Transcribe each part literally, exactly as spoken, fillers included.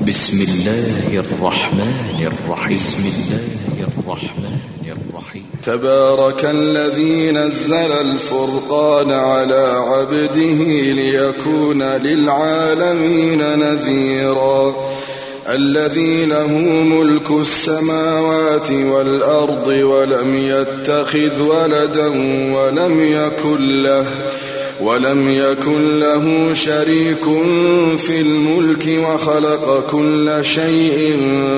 بسم الله الرحمن الرحيم بسم الله الرحمن الرحيم تبارك الذي نزل الفرقان على عبده ليكون للعالمين نذيرا الذي له ملك السماوات والأرض ولم يتخذ ولدا ولم يكن له ولم يكن له شريك في الملك وخلق كل شيء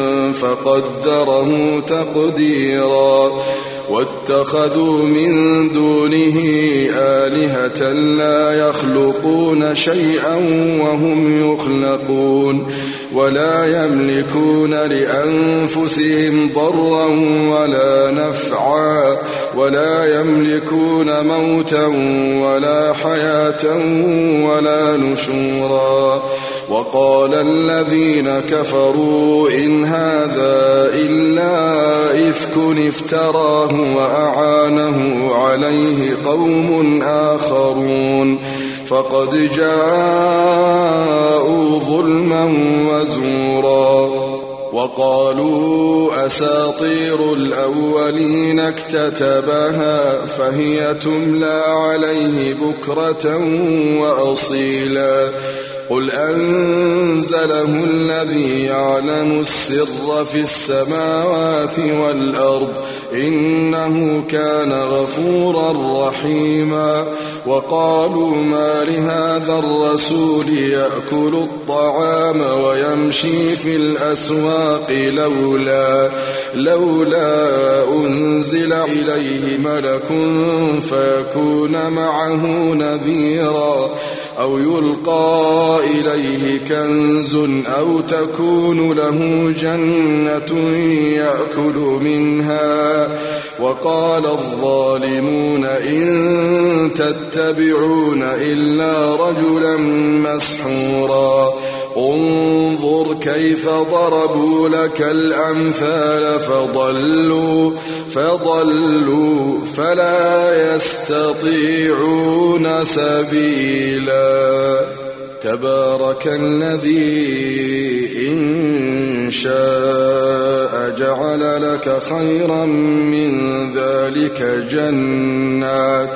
فقدره تقديرا واتخذوا من دونه آلهة لا يخلقون شيئا وهم يخلقون ولا يملكون لأنفسهم ضرا ولا نفعا ولا يملكون موتا ولا حياة ولا نشورا وقال الذين كفروا إن هذا إلا إفك افتراه وأعانه عليه قوم آخرون فقد جاءوا ظلما وزورا وقالوا أساطير الأولين اكتتبها فهي تملى عليه بكرة وأصيلا قل أنزله الذي يعلم السر في السماوات والأرض إنه كان غفورا رحيما وقالوا ما لهذا الرسول يأكل الطعام ويمشي في الأسواق لولا لولا أنزل إليه ملك فيكون معه نذيرا أو يلقى إليه كنز أو تكون له جنة يأكل منها وقال الظالمون إن تتبعون إلا رجلا مسحورا انظر كيف ضربوا لك الأمثال فضلوا فضلوا فلا يستطيعون سبيلا تبارك الذي إن شاء جعل لك خيرا من ذلك جنات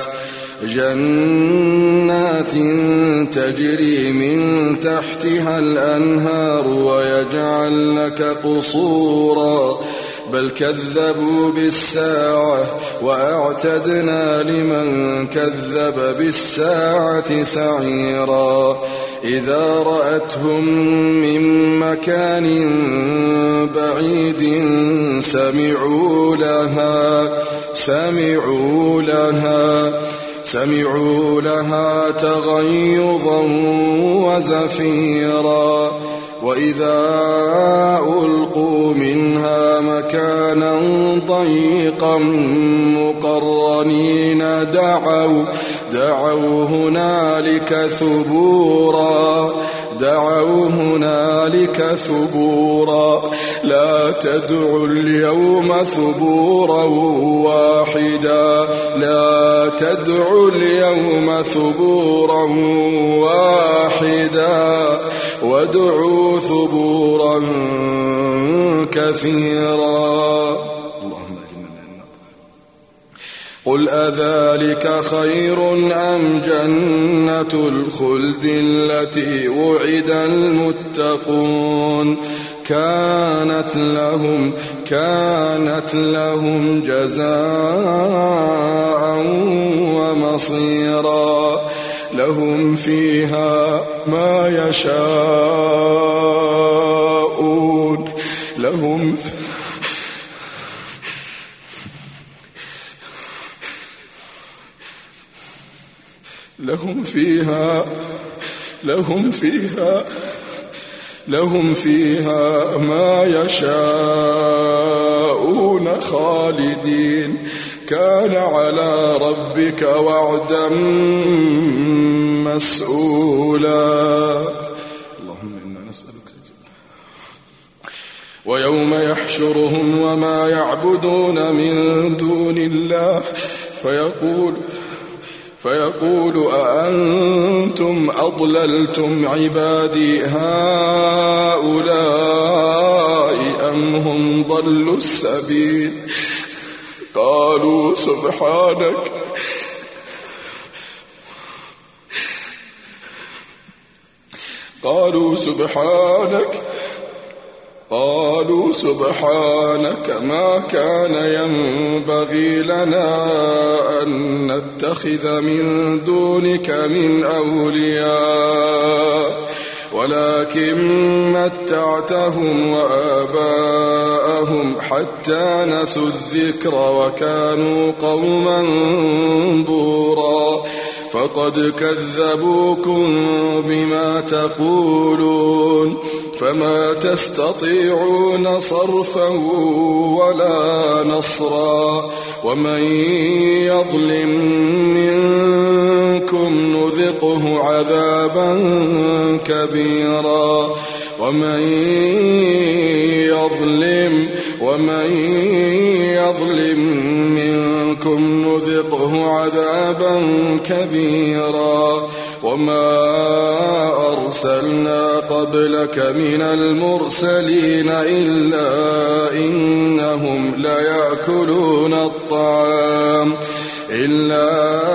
جنات تجري من تحتها الأنهار ويجعل لك قصورا بل كذبوا بالساعة وأعتدنا لمن كذب بالساعة سعيرا إذا رأتهم من مكان بعيد سمعوا لها سمعوا لها سمعوا لها تغيظا وزفيرا وإذا ألقوا منها مكانا ضيقا مقرنين دعوا دعوا هنالك ثبورا دعوا هنالك ثبورا لا تدعوا اليوم ثبورا واحدا لا تدعوا اليوم ثبورا واحدا وادعوا ثبورا كثيرا اللهم أجرنا من النار قل أذلك خير أم جنة الخلد التي وعد المتقون كانت لهم كانت لهم جزاء ومصيرا لهم فيها ما يشاءون لهم لهم فيها لهم فيها لهم فيها ما يشاءون خالدين كان على ربك وعدا مسؤولا اللهم إنا نسألك ويوم يحشرهم وما يعبدون من دون الله فيقول فيقول أأنتم أضللتم عبادي هؤلاء أم هم ضلوا السبيل قالوا سبحانك قالوا سبحانك قالوا سبحانك ما كان ينبغي لنا أن نتخذ من دونك من أولياء ولكن متعتهم وآباءهم حتى نسوا الذكر وكانوا قوما بورا فقد كذبوكم بما تقولون فما تستطيعون صرفا ولا نصرا ومن يظلم منكم نذقه عذابا كبيرا ومن يظلم ومن يظلم منكم نذقه عذابا كبيرا وما أرسلنا قبلك من المرسلين إلا إنهم ليأكلون الطعام إلا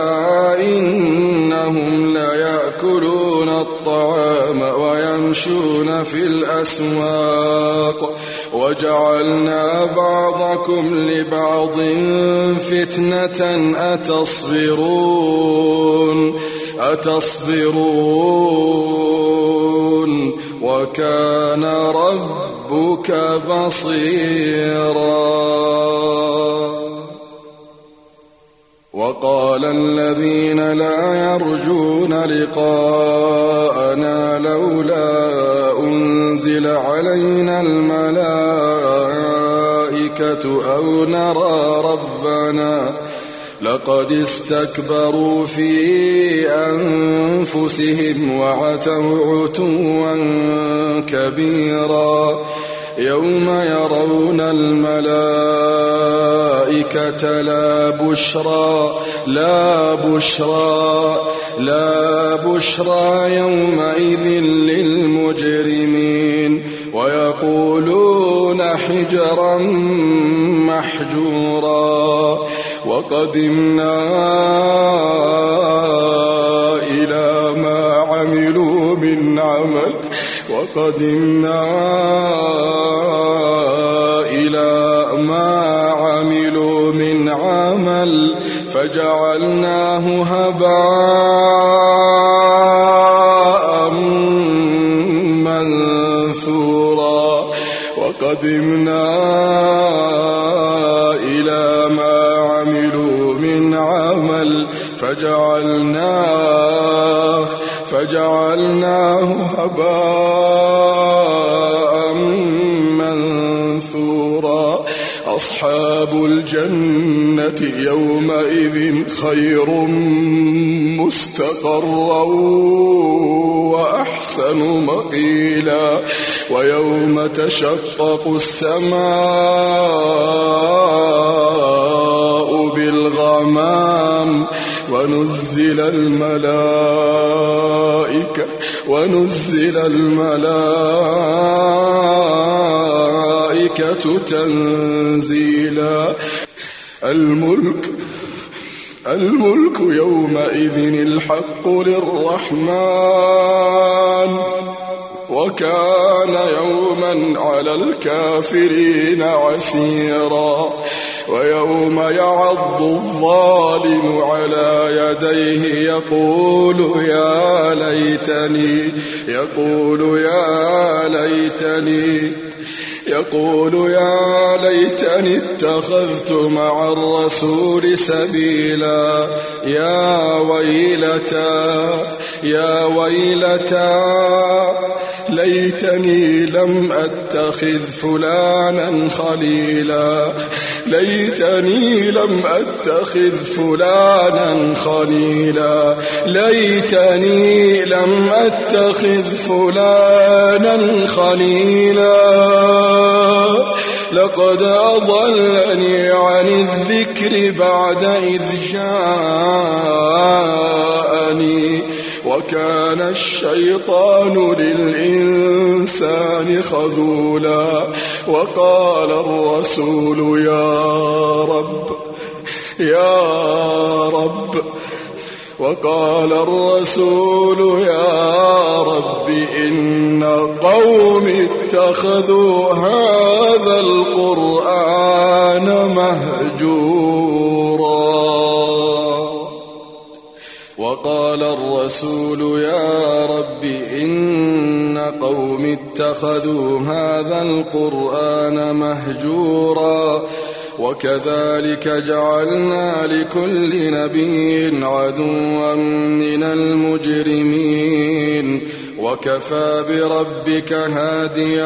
إنهم ليأكلون الطعام ويمشون في الأسواق وجعلنا بعضكم لبعض فتنة أتصبرون أتصبرون وكان ربك بصيرا. وقال الذين لا يرجون لقاءنا لولا أنزل علينا الملائكة أو نرى ربنا لقد استكبروا في أنفسهم وعتوا عتوا كبيرا يوم يرون الملائكة لا بشرى لا بشرى لا بشرى يومئذ للمجرمين ويقولون حجرا محجورا وقدمنا إلى ما عملوا من عمل وقدمنا إلى ما عملوا من عمل فجعلناه هباء منثورا وقدمنا إلى ما عملوا من عمل فجعلناه فجعلناه هباء منثورا أصحاب الجنة يومئذ خير مستقرا وأحسن مقيلا ويوم تشقق السماء بالغمام ونزل الملائكة ونزل الملائكة تنزيلا الملك الملك يومئذ الحق للرحمن وكان يوما على الكافرين عسيرا ويوم يعض الظالم على يديه يقول يا ليتني يقول يا ليتني يقول يا ليتني اتخذت مع الرسول سبيلا يا ويلتى يا ويلتى ليتني لم أتخذ فلانا خليلا ليتني لم أتخذ فلانا خليلا ليتني لم أتخذ فلانا خليلا لقد أضلني عن الذكر بعد إذ جاءني وكان الشيطان للإنسان خذولا وقال الرسول يا رب يا رب وقال الرسول يا رب إن قوم اتخذوا هذا القرآن مهجورا وقال الرسول يا رب إن قوم اتخذوا هذا القرآن مهجورا وكذلك جعلنا لكل نبي عدوا من المجرمين وكفى بربك هاديا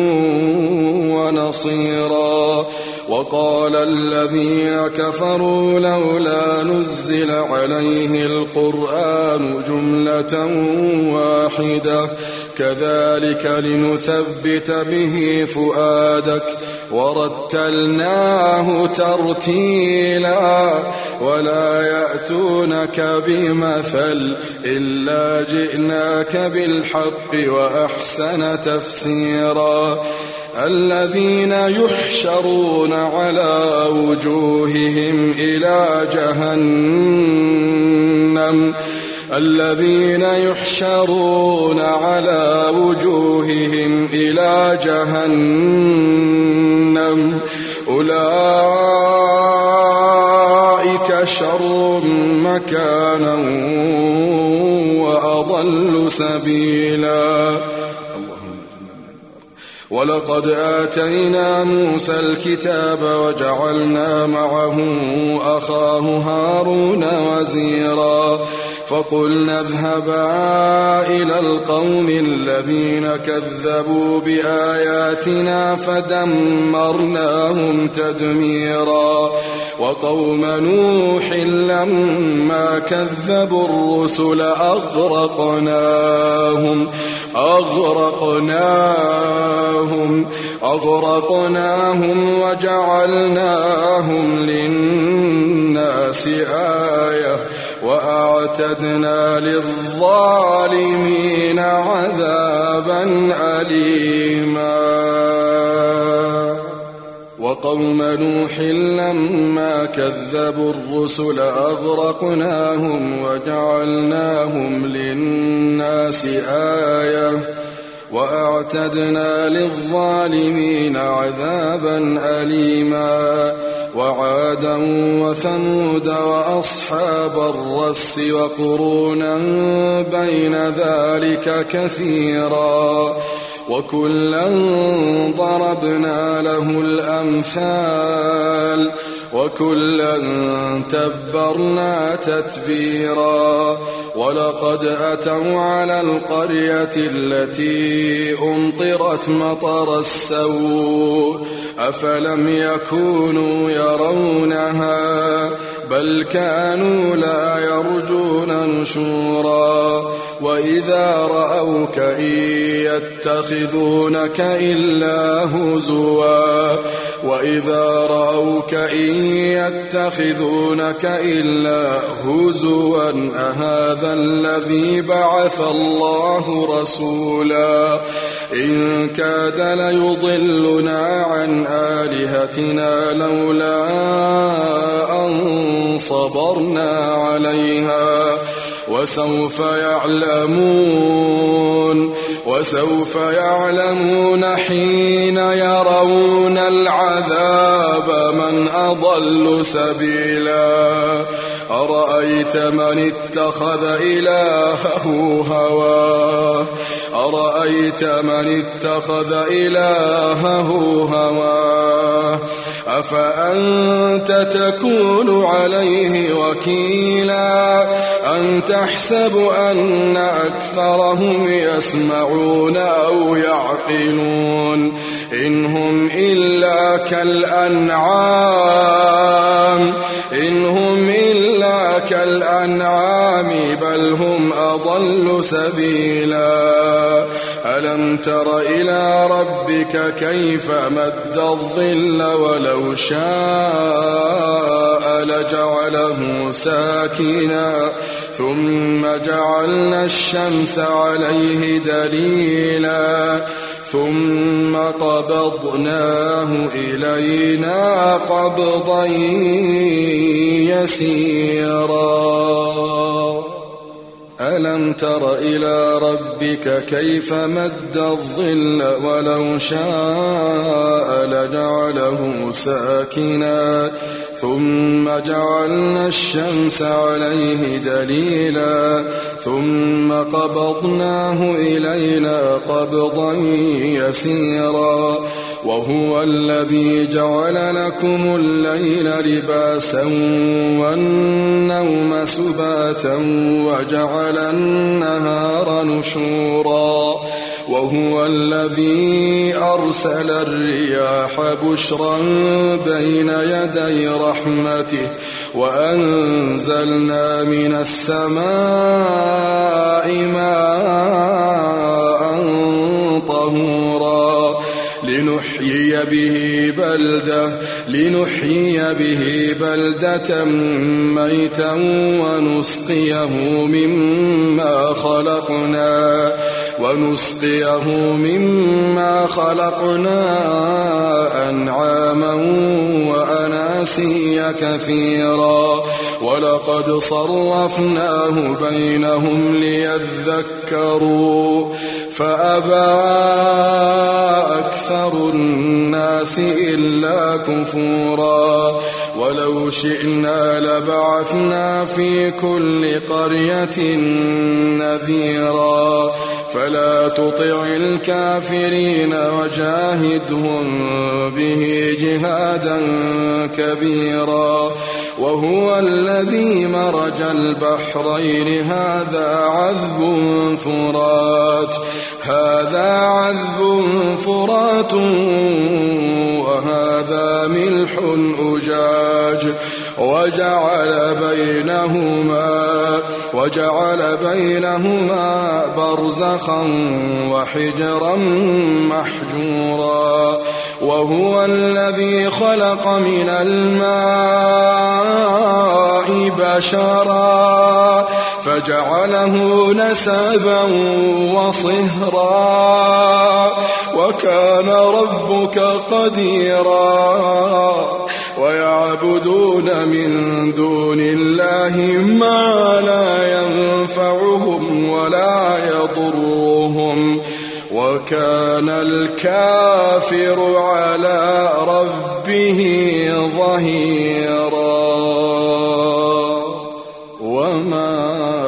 ونصيرا وقال الذين كفروا لولا نزل عليه القرآن جملة واحدة كذلك لنثبت به فؤادك ورتلناه ترتيلا ولا يأتونك بمثل إلا جئناك بالحق وأحسن تفسيرا الذين يحشرون على وجوههم إلى جهنم الذين يحشرون على وجوههم إلى جهنم أولئك شر مكانا وأضل سبيلا ولقد آتينا موسى الكتاب وجعلنا معه أخاه هارون وزيرا فقلنا اذهبا إلى القوم الذين كذبوا بآياتنا فدمرناهم تدميرا وقوم نوح لما كذبوا الرسل أغرقناهم أغرقناهم أغرقناهم وجعلناهم للناس آية وأعتدنا للظالمين عذابا أليما وقوم نوح لما كذبوا الرسل أغرقناهم وجعلناهم للناس آية وأعتدنا للظالمين عذابا أليما وعادا وثمود وأصحاب الرس وقرونا بين ذلك كثيرا وكلا ضربنا له الأمثال وكلا تبرنا تتبيرا ولقد أتوا على القرية التي أمطرت مطر السوء أفلم يكونوا يرونها بل كانوا لا يرجون نشورا وإذا رأوك إن يتخذونك إلا هزوا وإذا رأوك إن يتخذونك إلا هزوا أهذا الذي بعث الله رسولا إن كاد ليضلنا عن آلهتنا لولا أن صبرنا عليها وسوف يعلمون وسوف يعلمون حين يرون العذاب من أضل سبيلا أرأيت من اتخذ إلهه هواه أرأيت من اتخذ إلهه هواه أفأنت تكون عليه وكيلا أم تحسب أن أكثرهم يسمعون أو يعقلون إن هم إلا كالأنعام إن هم إلا كالأنعام بل هم أضل سبيلا ألم تر إلى ربك كيف مد الظل ولو شاء لجعله ساكنا ثم جعلنا الشمس عليه دليلا ثم قبضناه إلينا قبضا يسيرا ألم تر إلى ربك كيف مد الظل ولو شاء لجعله ساكنا ثم جعلنا الشمس عليه دليلا ثم قبضناه إلينا قبضا يسيرا وهو الذي جعل لكم الليل لباسا والنوم سباتا وجعل النهار نشورا وهو الذي أرسل الرياح بشرا بين يدي رحمته وأنزلنا من السماء ماء طهورا لنحيي به بلدة لنحيي به بلدة ميتا ونسقيه مما خلقنا ونسقيه مما خلقنا أنعاما وأناسيا كثيرا ولقد صرفناه بينهم ليذكروا فأبى أكثر الناس إلا كفورا ولو شئنا لبعثنا في كل قرية نذيرا فلا تطع الكافرين وجاهدهم به جهادا كبيرا وهو الذي مرج البحرين هذا عذب فرات هذا عذب فرات وهذا ملح أجاج وجعل بينهما وجعل بينهما برزخا وحجرا محجورا وهو الذي خلق من الماء بشرا فجعله نسبا وصهرا وكان ربك قديرا ويعبدون من دون الله ما لا ينفعهم ولا يضرهم وكان الكافر على ربه ظهيرا وما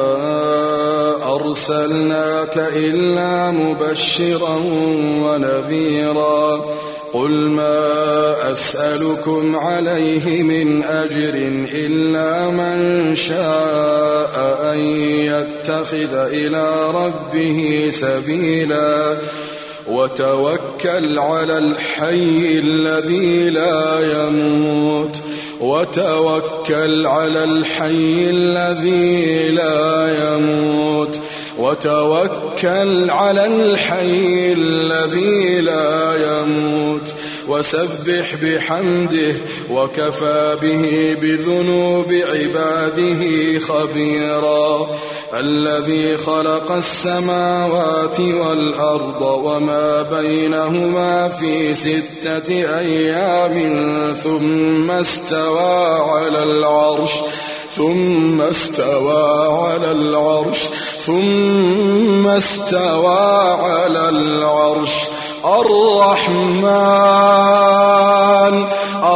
أرسلناك إلا مبشرا ونذيرا قل ما أسألكم عليه من أجر إلا من شاء أن يتخذ إلى ربه سبيلا وتوكل على الحي الذي لا يموت وتوكل على الحي الذي لا يموت وتوكل على الحي الذي لا يموت وسبح بحمده وكفى به بذنوب عباده خبيرا الذي خلق السماوات والأرض وما بينهما في ستة أيام ثم استوى على العرش ثم استوى على العرش ثم استوى على العرش الرحمن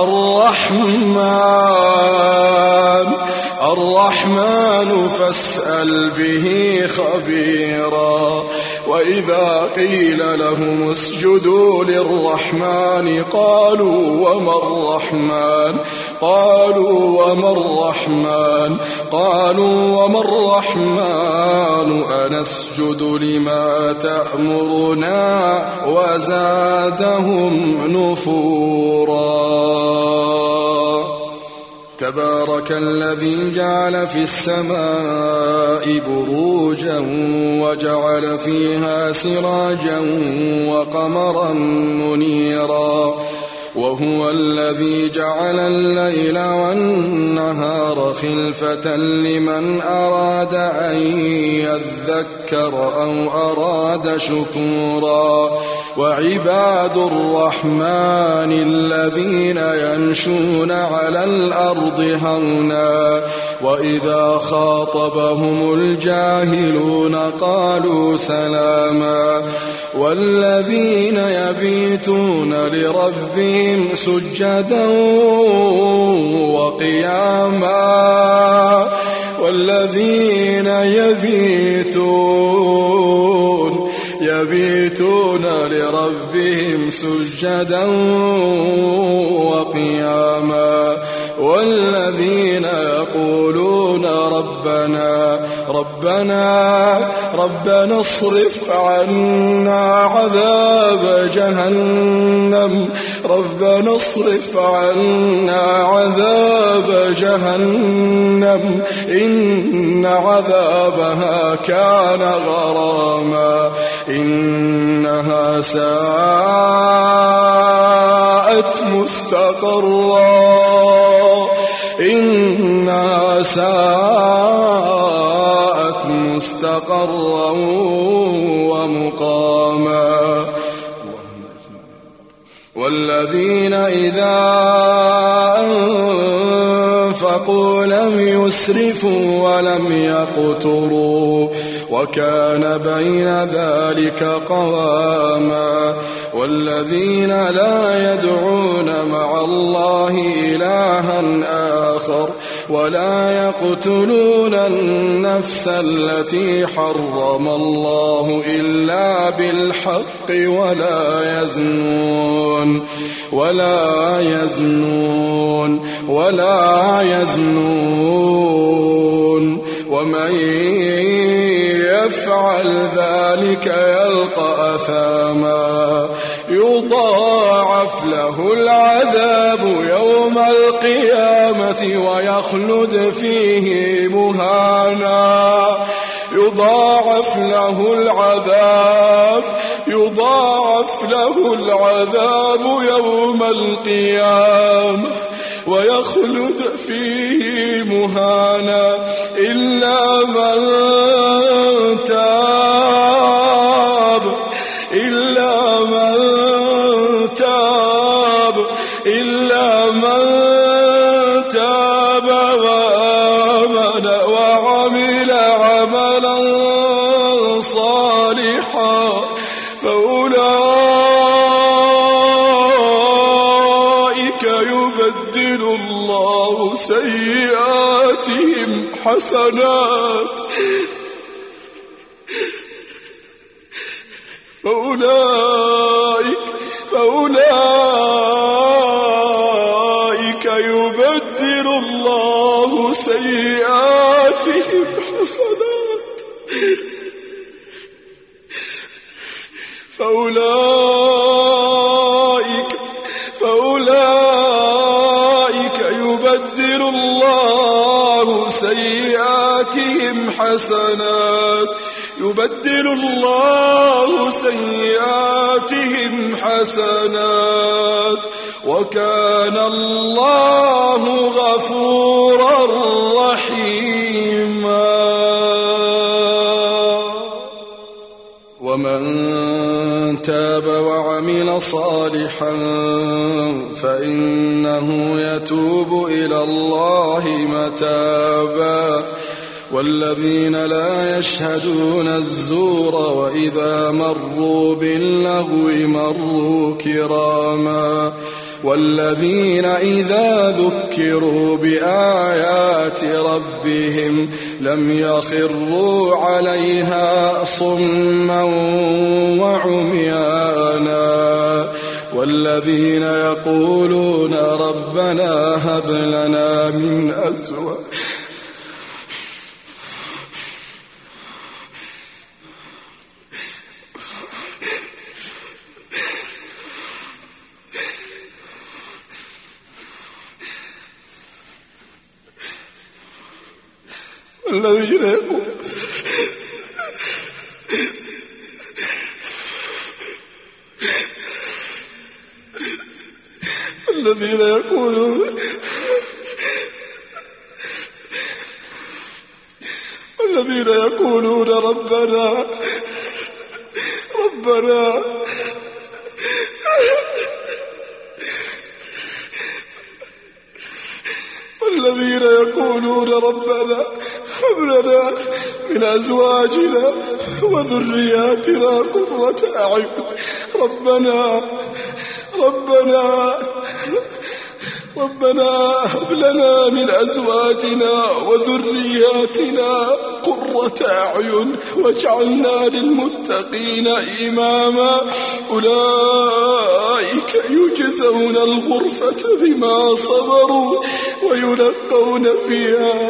الرحمن الرحمن فاسأل به خبيرا وإذا قيل لهم اسجدوا للرحمن قالوا وما الرحمن قالوا وما الرحمن قالوا وما الرحمن أنسجد لما تأمرنا وزادهم نفورا تبارك الذي جعل في السماء بروجا وجعل فيها سراجا وقمرا منيرا وهو الذي جعل الليل والنهار خلفة لمن أراد أن يذكر أو أراد شكورا وعباد الرحمن الذين يمشون على الأرض هونا وإذا خاطبهم الجاهلون قالوا سلاما والذين يبيتون لربهم سجدا وقياما والذين يبيتون يبيتون لربهم سجدا وقياما والذين يقولون ربنا ربنا ربنا اصرف عنا عذاب جهنم ربنا اصرف عنا عذاب جهنم إن عذابها كان غراما إنها ساءت مستقرا إنها ساءت مستقرا ومقاما والذين إذا أنفقوا لم يسرفوا ولم يقتروا وكان بين ذلك قواما والذين لا يدعون مع الله إلها آخر ولا يقتلون النفس التي حرم الله إلا بالحق ولا يزنون ولا يزنون ولا يزنون ومن يفعل ذلك يلقى أثاما يضاعف له العذاب يوم القيامة ويخلد فيه مهانا يضاعف له العذاب يضاعف له العذاب يوم القيامة ويخلد فيه مهانا إلا من تاب إلا من تاب إلا من تاب وآمن وعمل عملا صالحا فأولئك يبدل الله سيئاتهم حسنات فأولئك فأولئك يبدل الله سيئاتهم حسنات فأولئك فأولئك يبدل الله سيئاتهم حسنات يبدل الله سيئاتهم حسنات وكان الله غفورا رحيما ومن تاب وعمل صالحا فإنه يتوب إلى الله متابا والذين لا يشهدون الزور وإذا مروا باللغو مروا كراما والذين إذا ذكروا بآيات ربهم لم يخروا عليها صما وعميانا والذين يقولون ربنا هب لنا من أزواجنا الذين يقول الذين يقولون الذين يقولون ربنا ربنا الذين يقولون ربنا هب لنا من أزواجنا وذرياتنا قرة أعين ربنا ربنا ربنا هب لنا من أزواجنا وذرياتنا قرة أعين واجعلنا للمتقين إماما أولئك يجزون الغرفة بما صبروا ويلقون فيها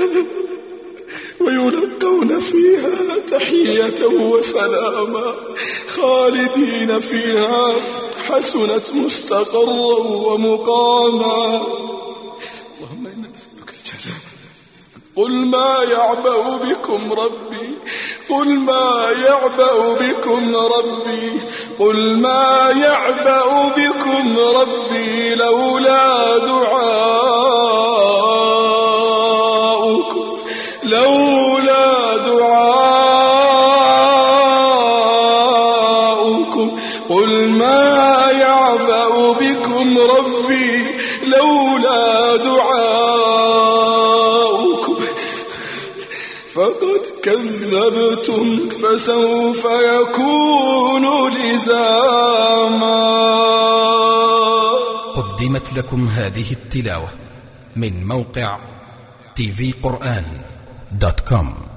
ويلقون فيها تحية وسلاما خالدين فيها حسنت مستقرا ومقاما اللهم إنا نسألك الجنة. قل ما يعبأ بكم ربي قل ما يعبأ بكم ربي قل ما يعبأ بكم ربي لولا دعاؤكم لولا دعاؤكم قل ما يعبأ بكم ربي لولا دعاؤكم فقد كذبتم فسوف يكون لزاما. قدمت لكم هذه التلاوة من موقع تي في قرآن دوت كوم.